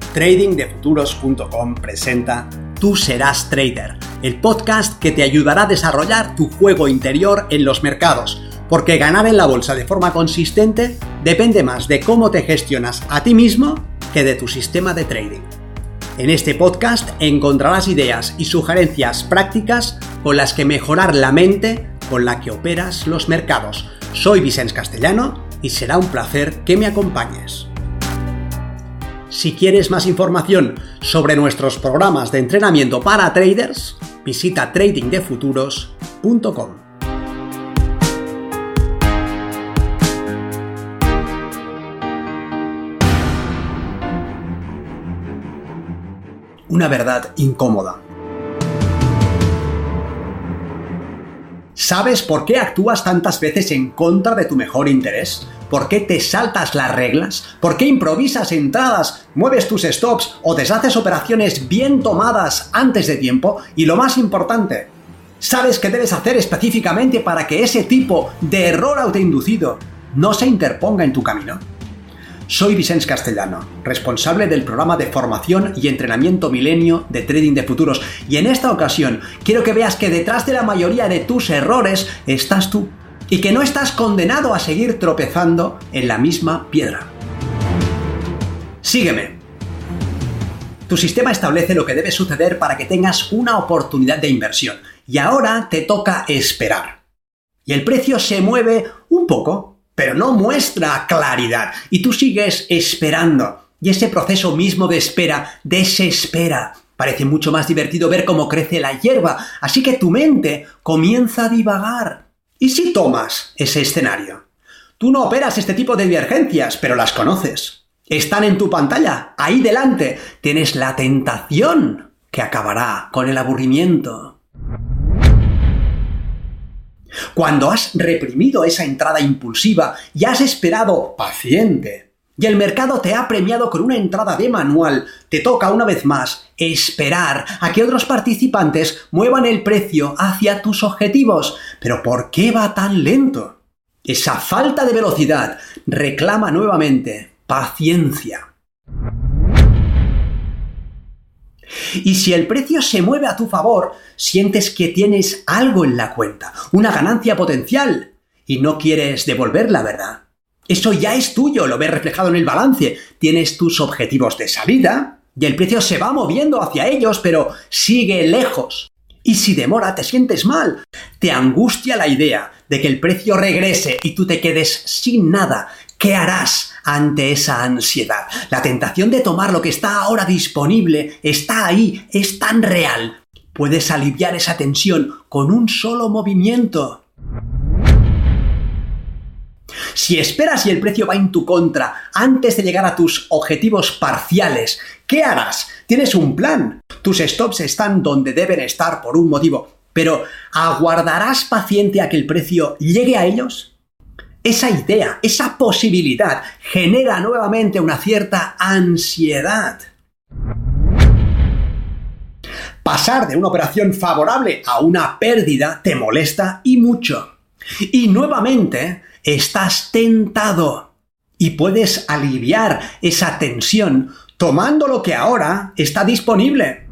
tradingdefuturos.com presenta Tú serás trader, el podcast que te ayudará a desarrollar tu juego interior en los mercados, porque ganar en la bolsa de forma consistente depende más de cómo te gestionas a ti mismo que de tu sistema de trading. En este podcast encontrarás ideas y sugerencias prácticas con las que mejorar la mente con la que operas los mercados. Soy Vicens Castellano y será un placer que me acompañes. Si quieres más información sobre nuestros programas de entrenamiento para traders, visita tradingdefuturos.com. Una verdad incómoda. ¿Sabes por qué actúas tantas veces en contra de tu mejor interés? ¿Por qué te saltas las reglas? ¿Por qué improvisas entradas, mueves tus stops o deshaces operaciones bien tomadas antes de tiempo? Y lo más importante, ¿sabes qué debes hacer específicamente para que ese tipo de error autoinducido no se interponga en tu camino? Soy Vicens Castellano, responsable del programa de formación y entrenamiento milenio de Trading de Futuros, y en esta ocasión quiero que veas que detrás de la mayoría de tus errores estás tú, y que no estás condenado a seguir tropezando en la misma piedra. Sígueme. Tu sistema establece lo que debe suceder para que tengas una oportunidad de inversión, y ahora te toca esperar. Y el precio se mueve un poco, pero no muestra claridad, y tú sigues esperando. Y ese proceso mismo de espera desespera. Parece mucho más divertido ver cómo crece la hierba, así que tu mente comienza a divagar. ¿Y si tomas ese escenario? Tú no operas este tipo de divergencias, pero las conoces. Están en tu pantalla, ahí delante. Tienes la tentación que acabará con el aburrimiento. Cuando has reprimido esa entrada impulsiva y has esperado paciente, y el mercado te ha premiado con una entrada de manual, te toca una vez más esperar a que otros participantes muevan el precio hacia tus objetivos. ¿Pero por qué va tan lento? Esa falta de velocidad reclama nuevamente paciencia. Y si el precio se mueve a tu favor, sientes que tienes algo en la cuenta, una ganancia potencial, y no quieres devolverla, ¿verdad? Eso ya es tuyo, lo ves reflejado en el balance. Tienes tus objetivos de salida y el precio se va moviendo hacia ellos, pero sigue lejos. Y si demora, te sientes mal. Te angustia la idea de que el precio regrese y tú te quedes sin nada. ¿Qué harás ante esa ansiedad? La tentación de tomar lo que está ahora disponible está ahí, es tan real. Puedes aliviar esa tensión con un solo movimiento. Si esperas y el precio va en tu contra antes de llegar a tus objetivos parciales, ¿qué harás? Tienes un plan. Tus stops están donde deben estar por un motivo, pero ¿aguardarás paciente a que el precio llegue a ellos? Esa idea, esa posibilidad genera nuevamente una cierta ansiedad. Pasar de una operación favorable a una pérdida te molesta y mucho. Y nuevamente estás tentado y puedes aliviar esa tensión tomando lo que ahora está disponible.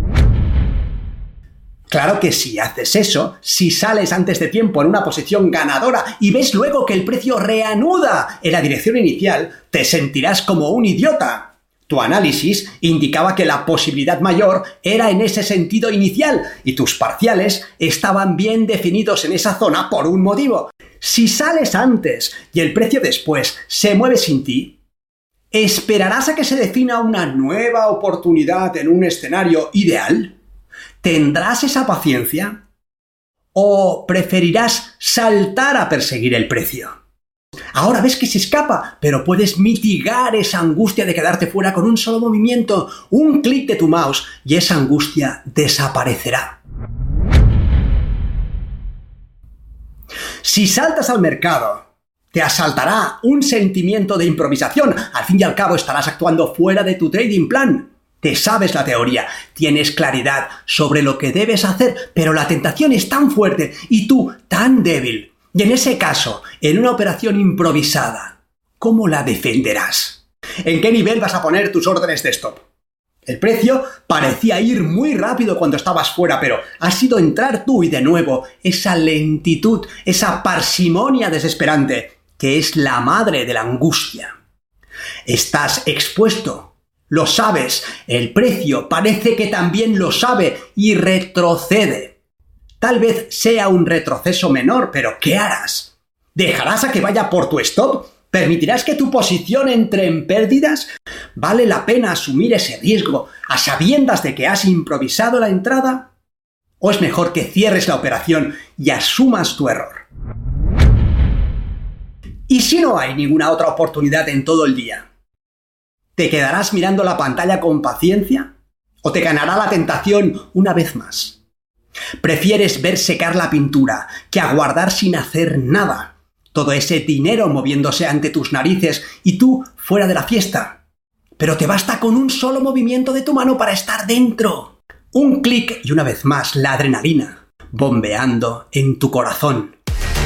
Claro que si haces eso, si sales antes de tiempo en una posición ganadora y ves luego que el precio reanuda en la dirección inicial, te sentirás como un idiota. Tu análisis indicaba que la posibilidad mayor era en ese sentido inicial y tus parciales estaban bien definidos en esa zona por un motivo. Si sales antes y el precio después se mueve sin ti, ¿esperarás a que se defina una nueva oportunidad en un escenario ideal? ¿Tendrás esa paciencia? ¿O preferirás saltar a perseguir el precio? Ahora ves que se escapa, pero puedes mitigar esa angustia de quedarte fuera con un solo movimiento, un clic de tu mouse, y esa angustia desaparecerá. Si saltas al mercado, te asaltará un sentimiento de improvisación. Al fin y al cabo estarás actuando fuera de tu trading plan. Te sabes la teoría, tienes claridad sobre lo que debes hacer, pero la tentación es tan fuerte y tú tan débil. Y en ese caso, en una operación improvisada, ¿cómo la defenderás? ¿En qué nivel vas a poner tus órdenes de stop? El precio parecía ir muy rápido cuando estabas fuera, pero ha sido entrar tú y de nuevo esa lentitud, esa parsimonia desesperante, que es la madre de la angustia. Estás expuesto, lo sabes, el precio parece que también lo sabe y retrocede. Tal vez sea un retroceso menor, pero ¿qué harás? ¿Dejarás a que vaya por tu stop? ¿Permitirás que tu posición entre en pérdidas? ¿Vale la pena asumir ese riesgo a sabiendas de que has improvisado la entrada? ¿O es mejor que cierres la operación y asumas tu error? ¿Y si no hay ninguna otra oportunidad en todo el día? ¿Te quedarás mirando la pantalla con paciencia? ¿O te ganará la tentación una vez más? ¿Prefieres ver secar la pintura que aguardar sin hacer nada? Todo ese dinero moviéndose ante tus narices y tú fuera de la fiesta. Pero te basta con un solo movimiento de tu mano para estar dentro. Un clic y una vez más la adrenalina bombeando en tu corazón.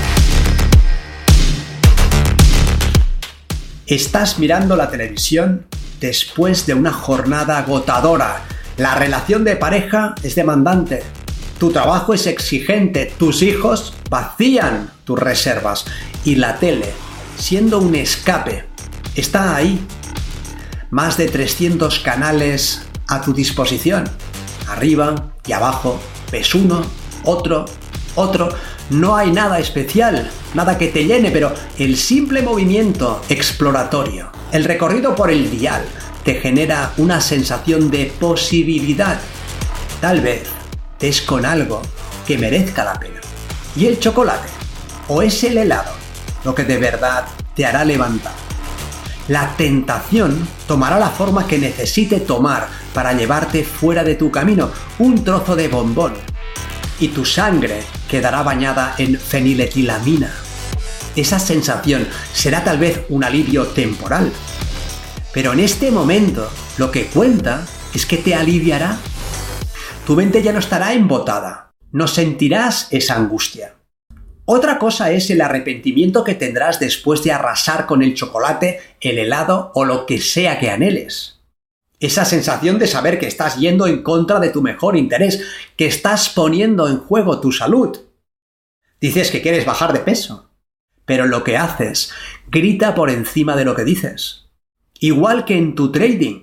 Estás mirando la televisión después de una jornada agotadora. La relación de pareja es demandante. Tu trabajo es exigente, tus hijos vacían tus reservas y la tele, siendo un escape, está ahí. Más de 300 canales a tu disposición. Arriba y abajo, ves uno, otro. No hay nada especial, nada que te llene, pero el simple movimiento exploratorio, el recorrido por el dial, te genera una sensación de posibilidad. Tal vez es con algo que merezca la pena. ¿Y el chocolate? ¿O es el helado lo que de verdad te hará levantar? La tentación tomará la forma que necesite tomar para llevarte fuera de tu camino, un trozo de bombón, y tu sangre quedará bañada en feniletilamina. Esa sensación será tal vez un alivio temporal, pero en este momento lo que cuenta es que te aliviará. Tu mente ya no estará embotada, no sentirás esa angustia. Otra cosa es el arrepentimiento que tendrás después de arrasar con el chocolate, el helado o lo que sea que anheles. Esa sensación de saber que estás yendo en contra de tu mejor interés, que estás poniendo en juego tu salud. Dices que quieres bajar de peso, pero lo que haces grita por encima de lo que dices. Igual que en tu trading.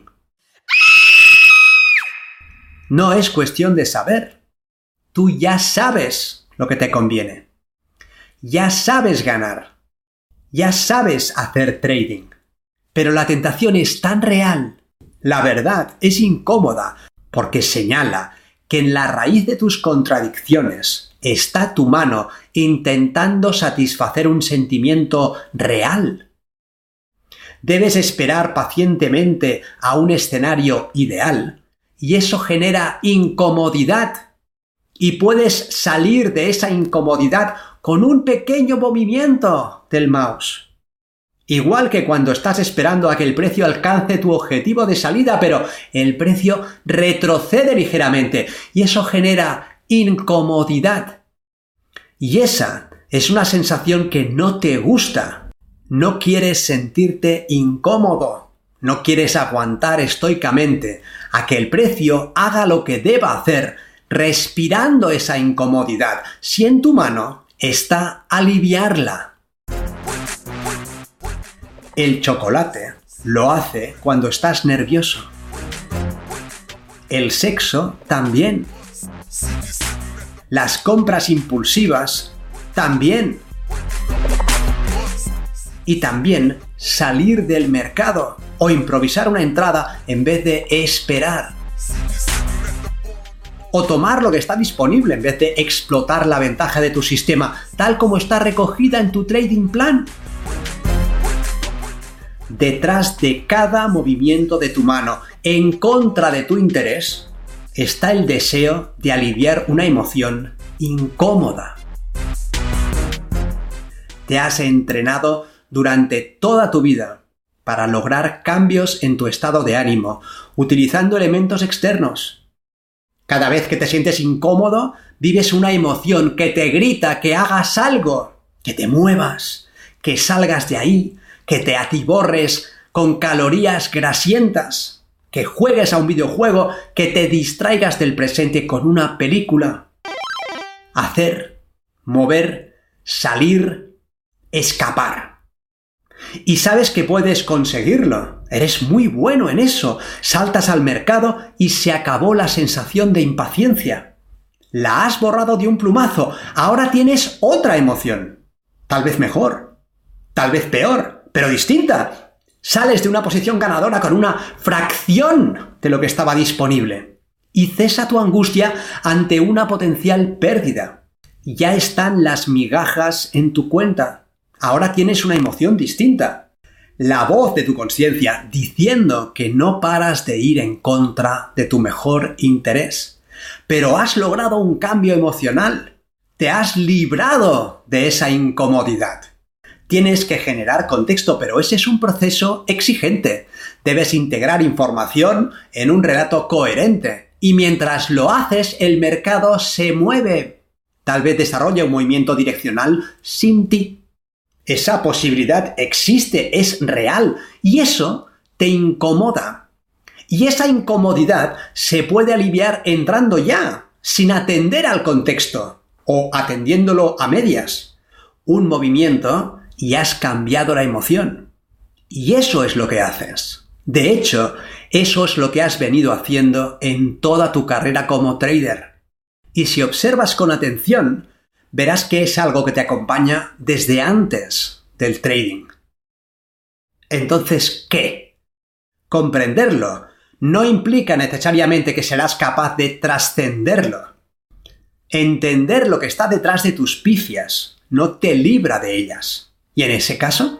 No es cuestión de saber. Tú ya sabes lo que te conviene. Ya sabes ganar. Ya sabes hacer trading. Pero la tentación es tan real. La verdad es incómoda porque señala que en la raíz de tus contradicciones está tu mano intentando satisfacer un sentimiento real. Debes esperar pacientemente a un escenario ideal y eso genera incomodidad. Y puedes salir de esa incomodidad con un pequeño movimiento del mouse. Igual que cuando estás esperando a que el precio alcance tu objetivo de salida, pero el precio retrocede ligeramente y eso genera incomodidad. Y esa es una sensación que no te gusta. No quieres sentirte incómodo. No quieres aguantar estoicamente a que el precio haga lo que deba hacer, respirando esa incomodidad, si en tu mano está aliviarla. El chocolate lo hace cuando estás nervioso. El sexo también. Las compras impulsivas también. Y también salir del mercado o improvisar una entrada en vez de esperar. O tomar lo que está disponible en vez de explotar la ventaja de tu sistema, tal como está recogida en tu trading plan. Detrás de cada movimiento de tu mano en contra de tu interés está el deseo de aliviar una emoción incómoda. Te has entrenado durante toda tu vida para lograr cambios en tu estado de ánimo, utilizando elementos externos. Cada vez que te sientes incómodo, vives una emoción que te grita que hagas algo, que te muevas, que salgas de ahí, que te atiborres con calorías grasientas, que juegues a un videojuego, que te distraigas del presente con una película. Hacer, mover, salir, escapar. Y sabes que puedes conseguirlo. Eres muy bueno en eso. Saltas al mercado y se acabó la sensación de impaciencia. La has borrado de un plumazo. Ahora tienes otra emoción. Tal vez mejor. Tal vez peor, pero distinta. Sales de una posición ganadora con una fracción de lo que estaba disponible. Y cesa tu angustia ante una potencial pérdida. Ya están las migajas en tu cuenta. Ahora tienes una emoción distinta. La voz de tu conciencia diciendo que no paras de ir en contra de tu mejor interés. Pero has logrado un cambio emocional. Te has librado de esa incomodidad. Tienes que generar contexto, pero ese es un proceso exigente. Debes integrar información en un relato coherente. Y mientras lo haces, el mercado se mueve. Tal vez desarrolle un movimiento direccional sin ti. Esa posibilidad existe, es real, y eso te incomoda. Y esa incomodidad se puede aliviar entrando ya, sin atender al contexto, o atendiéndolo a medias. Un movimiento y has cambiado la emoción. Y eso es lo que haces. De hecho, eso es lo que has venido haciendo en toda tu carrera como trader. Y si observas con atención, verás que es algo que te acompaña desde antes del trading. Entonces, ¿qué? Comprenderlo no implica necesariamente que serás capaz de trascenderlo. Entender lo que está detrás de tus pifias no te libra de ellas. Y en ese caso,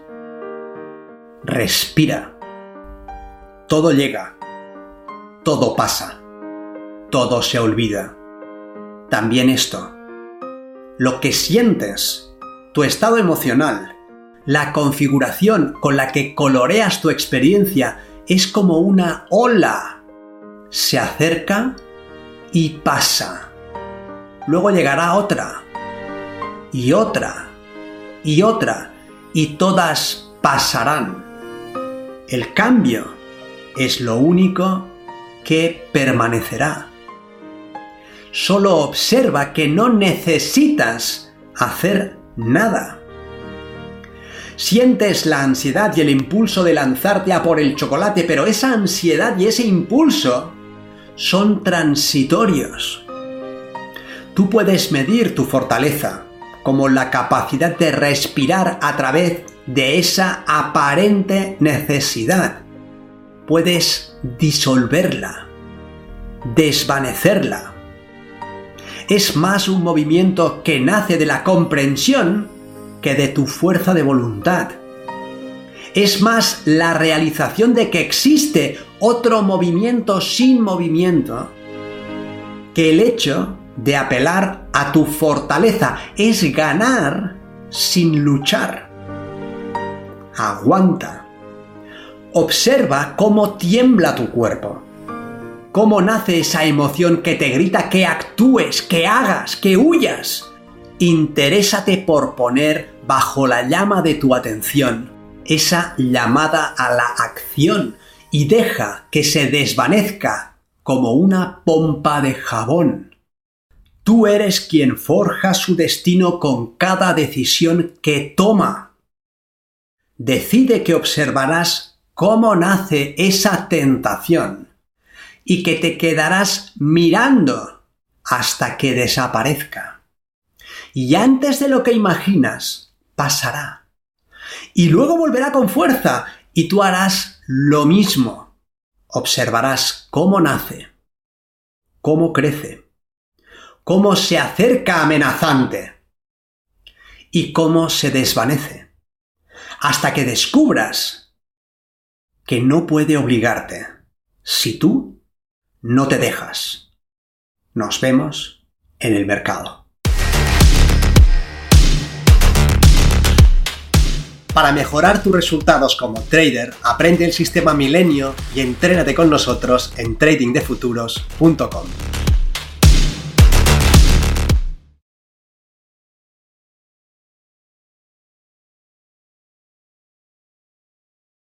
respira. Todo llega. Todo pasa. Todo se olvida. También esto. Lo que sientes, tu estado emocional, la configuración con la que coloreas tu experiencia es como una ola. Se acerca y pasa. Luego llegará otra, y otra, y otra, y todas pasarán. El cambio es lo único que permanecerá. Solo observa que no necesitas hacer nada. Sientes la ansiedad y el impulso de lanzarte a por el chocolate, pero esa ansiedad y ese impulso son transitorios. Tú puedes medir tu fortaleza como la capacidad de respirar a través de esa aparente necesidad. Puedes disolverla, desvanecerla. Es más un movimiento que nace de la comprensión que de tu fuerza de voluntad. Es más la realización de que existe otro movimiento sin movimiento que el hecho de apelar a tu fortaleza. Es ganar sin luchar. Aguanta. Observa cómo tiembla tu cuerpo. Cómo nace esa emoción que te grita que actúes, que hagas, que huyas. Interésate por poner bajo la llama de tu atención esa llamada a la acción y deja que se desvanezca como una pompa de jabón. Tú eres quien forja su destino con cada decisión que toma. Decide que observarás cómo nace esa tentación y que te quedarás mirando hasta que desaparezca. Y antes de lo que imaginas, pasará. Y luego volverá con fuerza y tú harás lo mismo. Observarás cómo nace, cómo crece, cómo se acerca amenazante y cómo se desvanece, hasta que descubras que no puede obligarte si tú no te dejas. Nos vemos en el mercado. Para mejorar tus resultados como trader, aprende el sistema Milenio y entrénate con nosotros en tradingdefuturos.com.